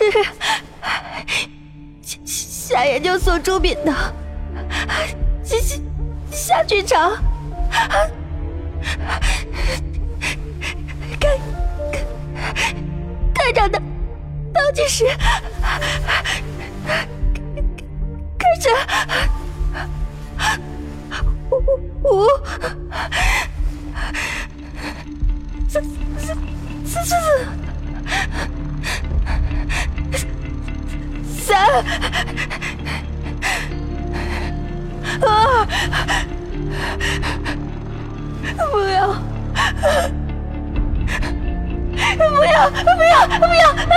夏研究所出品的夏剧场，开场的倒计时开始五四三二，不要啊！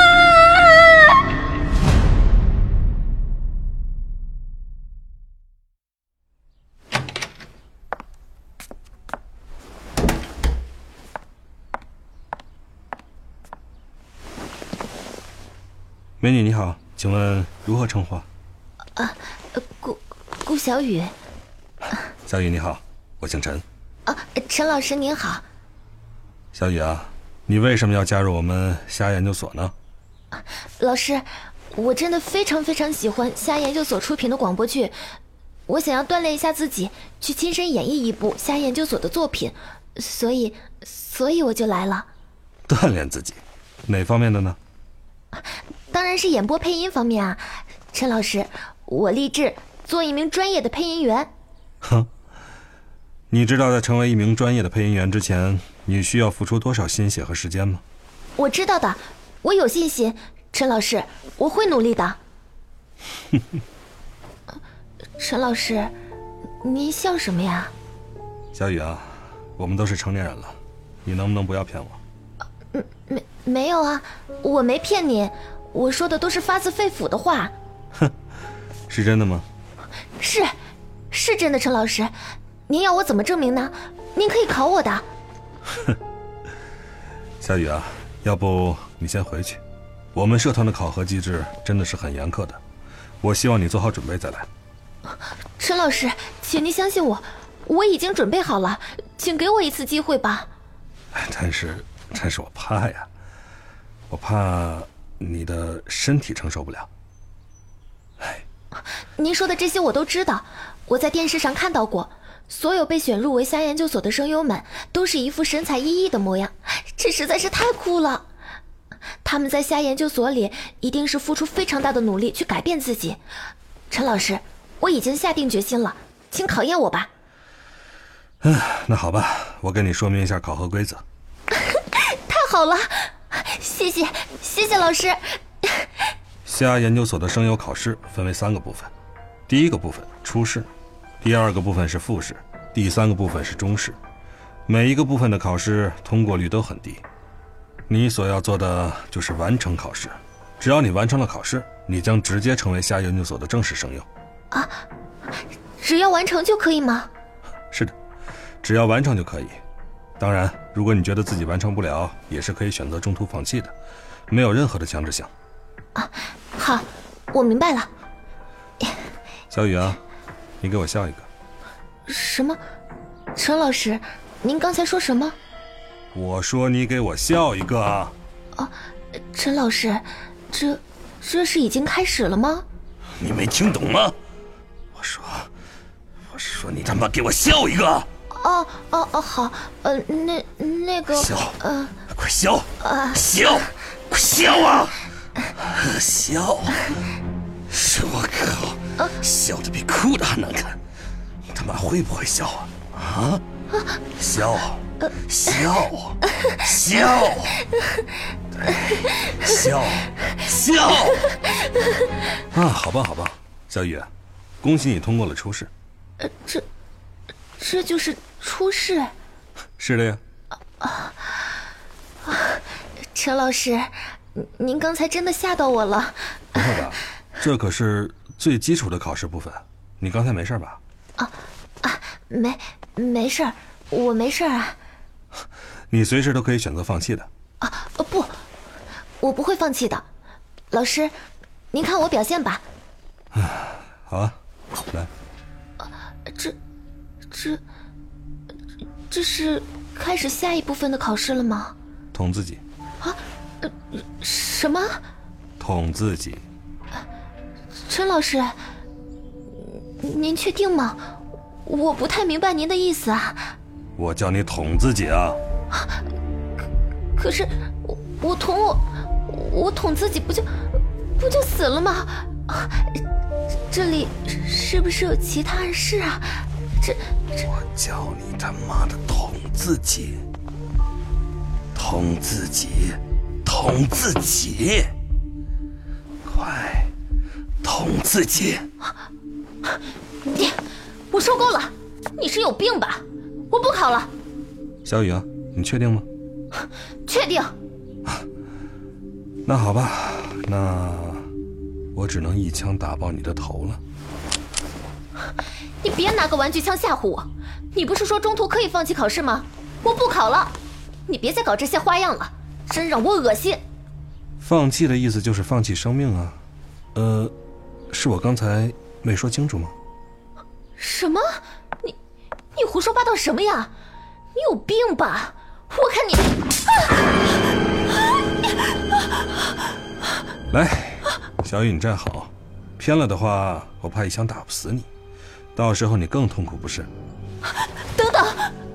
美女你好，请问如何称呼？ 顾小雨。 小雨你好，我姓陈。 陈老师您好。 小雨啊，你为什么要加入我们虾研究所呢？ 老师，我真的非常非常喜欢虾研究所出品的广播剧，我想要锻炼一下自己，去亲身演绎一部虾研究所的作品，所以我就来了。 锻炼自己，哪方面的呢？ 当然是演播配音方面啊，陈老师，我立志做一名专业的配音员。 哼，你知道在成为一名专业的配音员之前，你需要付出多少心血和时间吗？ 我知道的，我有信心，陈老师，我会努力的。陈老师，您笑什么呀？ 小雨啊，我们都是成年人了，你能不能不要骗我？ 没有啊，我没骗您，我说的都是发自肺腑的话。 哼，是真的吗？是真的，陈老师，您要我怎么证明呢？您可以考我的。 哼，小雨啊，要不你先回去，我们社团的考核机制真的是很严苛的，我希望你做好准备再来。 陈老师，请您相信我，我已经准备好了，请给我一次机会吧。 但是我怕呀，我怕你的身体承受不了。 您说的这些我都知道，我在电视上看到过，所有被选入为虾研究所的声优们都是一副神采奕奕的模样，这实在是太酷了。他们在虾研究所里一定是付出非常大的努力去改变自己。陈老师，我已经下定决心了，请考验我吧。 那好吧，我给你说明一下考核规则。 太好了，谢谢老师。 虾研究所的声优考试分为3个部分，第一个部分初试，第二个部分是复试，第3个部分是中试。每一个部分的考试通过率都很低，你所要做的就是完成考试。只要你完成了考试，你将直接成为虾研究所的正式声优。 啊，只要完成就可以吗？ 是的，只要完成就可以。当然，如果你觉得自己完成不了，也是可以选择中途放弃的，没有任何的强制性。 好，我明白了。 小雨啊，你给我笑一个。 什么？陈老师，您刚才说什么？ 我说你给我笑一个啊。 陈老师，这是已经开始了吗？ 你没听懂吗？我说你他妈给我笑一个。 好，那个笑，快笑，笑，快笑啊！笑，是我靠，笑得比哭的还难看，你他妈会不会笑啊？笑，笑，好吧，小雨，恭喜你通过了初试。 这就是初试？ 是的呀。 陈老师，您刚才真的吓到我了。 不会吧？这可是最基础的考试部分，你刚才没事吧？ 没事，我没事啊。 你随时都可以选择放弃的。 不，我不会放弃的。老师，您看我表现吧。 好啊，来。 这是开始下一部分的考试了吗？ 捅自己。 什么？ 捅自己。 陈老师，您确定吗？我不太明白您的意思啊。 我叫你捅自己啊。 可是我捅自己不就死了吗？这里是不是有其他人士啊？ 我叫你他妈的捅自己，捅自己，捅自己，快捅自己！ 我受够了，你是有病吧？我不考了。 小雨啊，你确定吗？ 确定。 那好吧，那我只能一枪打爆你的头了。 你别拿个玩具枪吓唬我！你不是说中途可以放弃考试吗？我不考了！你别再搞这些花样了，真让我恶心。 放弃的意思就是放弃生命啊。是我刚才没说清楚吗？ 什么？你胡说八道什么呀？你有病吧？我看你…… 来，小雨，你站好，偏了的话，我怕一枪打不死你，到时候你更痛苦不是？ 等等，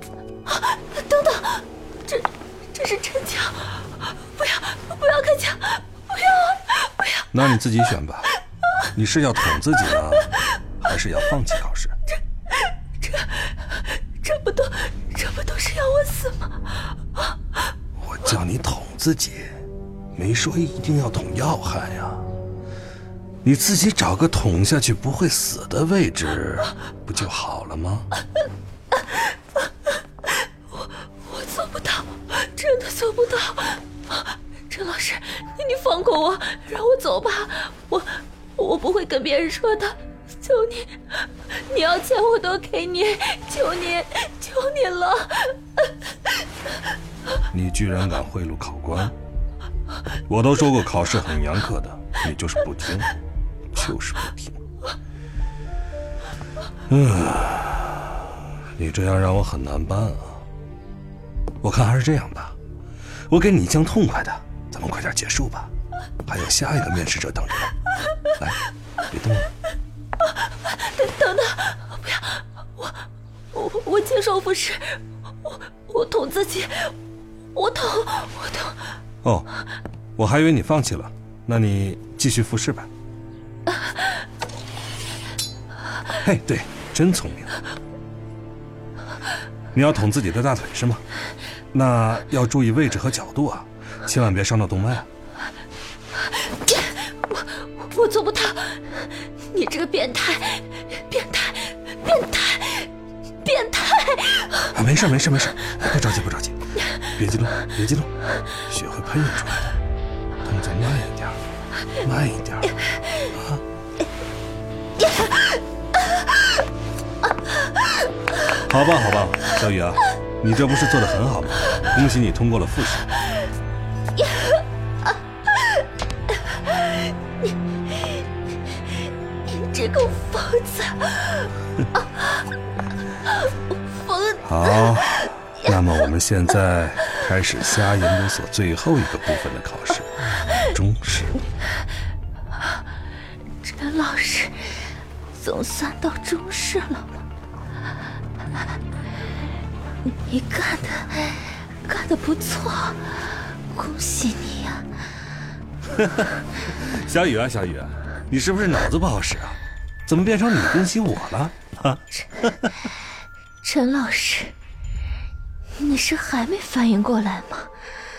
这是真枪！不要开枪！不要！ 那你自己选吧，你是要捅自己呢，还是要放弃考试？ 这不都是要我死吗？ 我叫你捅自己，没说一定要捅要害呀。你自己找个捅下去不会死的位置，不就好了吗？ 我做不到，真的做不到。陈老师，你放过我，让我走吧。我不会跟别人说的，求你，你要钱我都给你，求你了。 你居然敢贿赂考官！我都说过考试很严苛的，你就是不听，就是不听。你这样让我很难办啊。我看还是这样吧，我给你一枪痛快的，咱们快点结束吧，还有下一个面试者等着呢。来，别动了。 等等，不要，我接受复试，我捅自己，我捅。 哦，我还以为你放弃了，那你继续复试吧。嘿，对，真聪明。你要捅自己的大腿是吗？那要注意位置和角度啊，千万别伤到动脉啊。 我做不到，你这个变态！ 啊，没事，不着急，别激动，血会喷涌出来的，动作慢一点啊。好吧，小雨啊，你这不是做得很好吗？恭喜你通过了复试。 你这个疯子！ 好，那么我们现在开始虾研究所最后一个部分的考试——中试。 陈老师，总算到中试了吗？你干得不错，恭喜你呀！ 小雨啊，你是不是脑子不好使啊？怎么变成你恭喜我了？啊？ 陈老师，你是还没反应过来吗？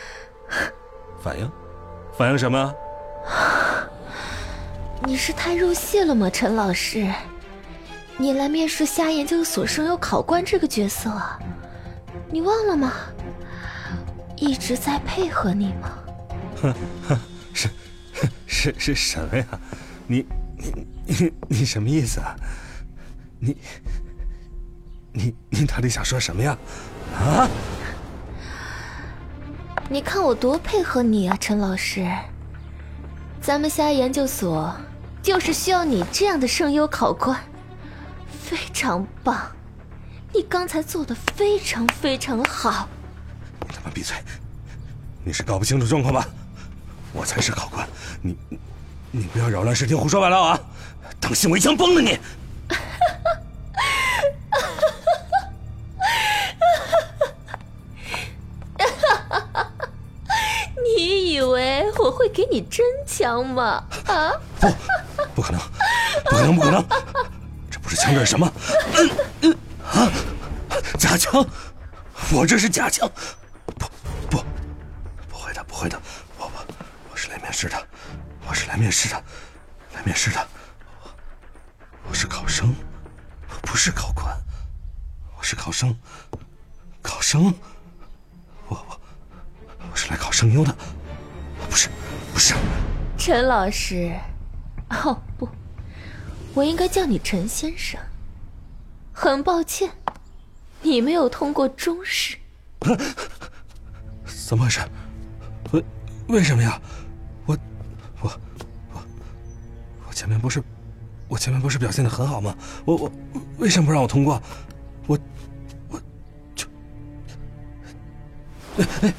反应什么？ 你是太入戏了吗，陈老师？你来面试虾研究所声优考官这个角色啊，你忘了吗？一直在配合你吗？ 是什么呀？你什么意思啊？你到底想说什么呀？啊？ 你看我多配合你啊，陈老师。咱们虾研究所就是需要你这样的声优考官，非常棒。你刚才做的非常好。 你他妈闭嘴！你是搞不清楚状况吧？ 我才是考官，你不要扰乱视听，胡说八道啊！当心我一枪崩了你！ 你以为我会给你真枪吗？啊？ 不可能，不可能！这不是枪，这是什么？假枪！我这是假枪！不会的，我是来面试的，我是考生，我不是考官，我是考生，我是来考声优的，不是。 陈老师，哦不，我应该叫你陈先生。很抱歉，你没有通过中试。 怎么回事？为什么呀？我前面不是表现得很好吗？我为什么不让我通过？我不是，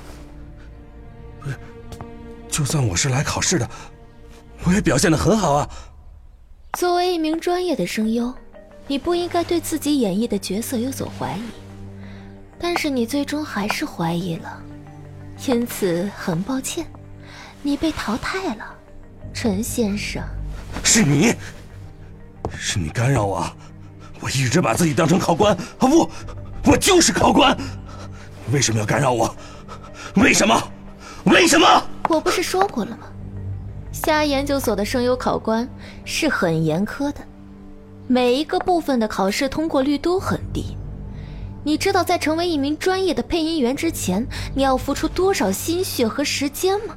就算我是来考试的，我也表现得很好啊。 作为一名专业的声优，你不应该对自己演绎的角色有所怀疑，但是你最终还是怀疑了，因此很抱歉，你被淘汰了，陈先生。 是你干扰我，我一直把自己当成考官啊！我就是考官，你为什么要干扰我？为什么？ 我不是说过了吗？虾研究所的声优考官是很严苛的，每一个部分的考试通过率都很低。你知道在成为一名专业的配音员之前，你要付出多少心血和时间吗？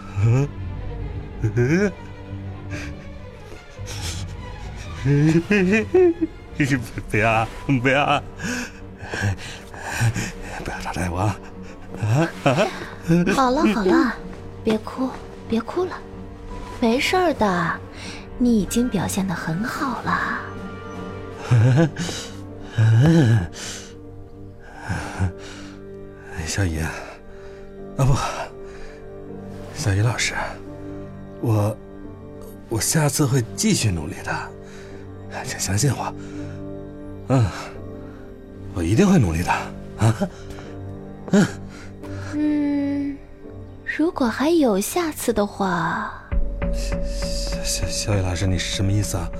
不要淘汰我！ 好了，别哭了，没事儿的，你已经表现得很好了。 小乙啊，不，小乙老师，我下次会继续努力的，请相信我。我一定会努力的啊。 如果还有下次的话， 小乙老师，你是什么意思啊？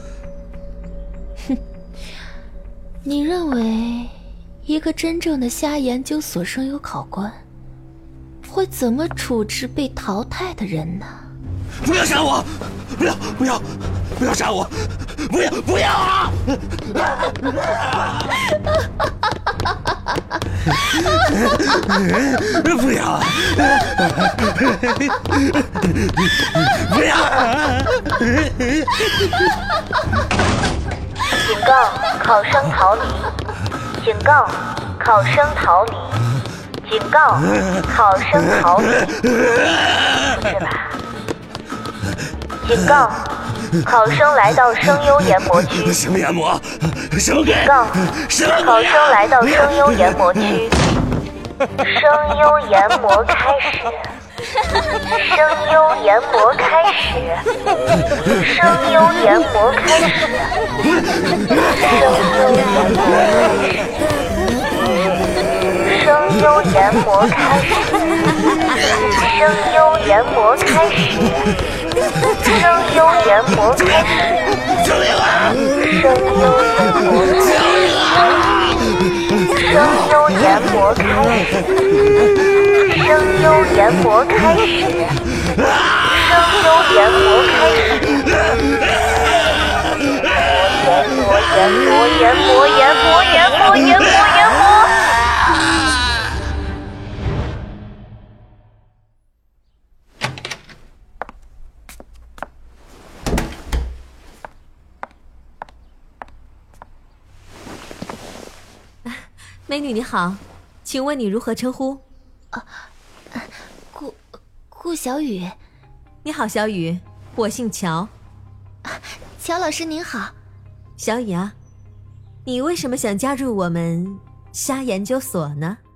你认为一个真正的虾研究所声优考官会怎么处置被淘汰的人呢？ 不要杀我！不要杀我！不要啊！不要！不要！ 警告：考生逃离！警告：考生逃离！警告：考生逃离！是吧？警告：考生来到声优研磨区。 什么研磨？什么鬼？ 警告：考生来到声优研磨区。声优研磨开始。声优研磨开始。声优研磨开始。声优研磨开始。声优研磨开始。声优研磨开始。 救命啊！ 声优研磨开始。声优研磨开始。声优研磨开始。声优研磨开始。研磨。 美女你好，请问你如何称呼？ 顾小雨。 你好，小雨，我姓乔。 乔老师您好。 小雨啊，你为什么想加入我们虾研究所呢？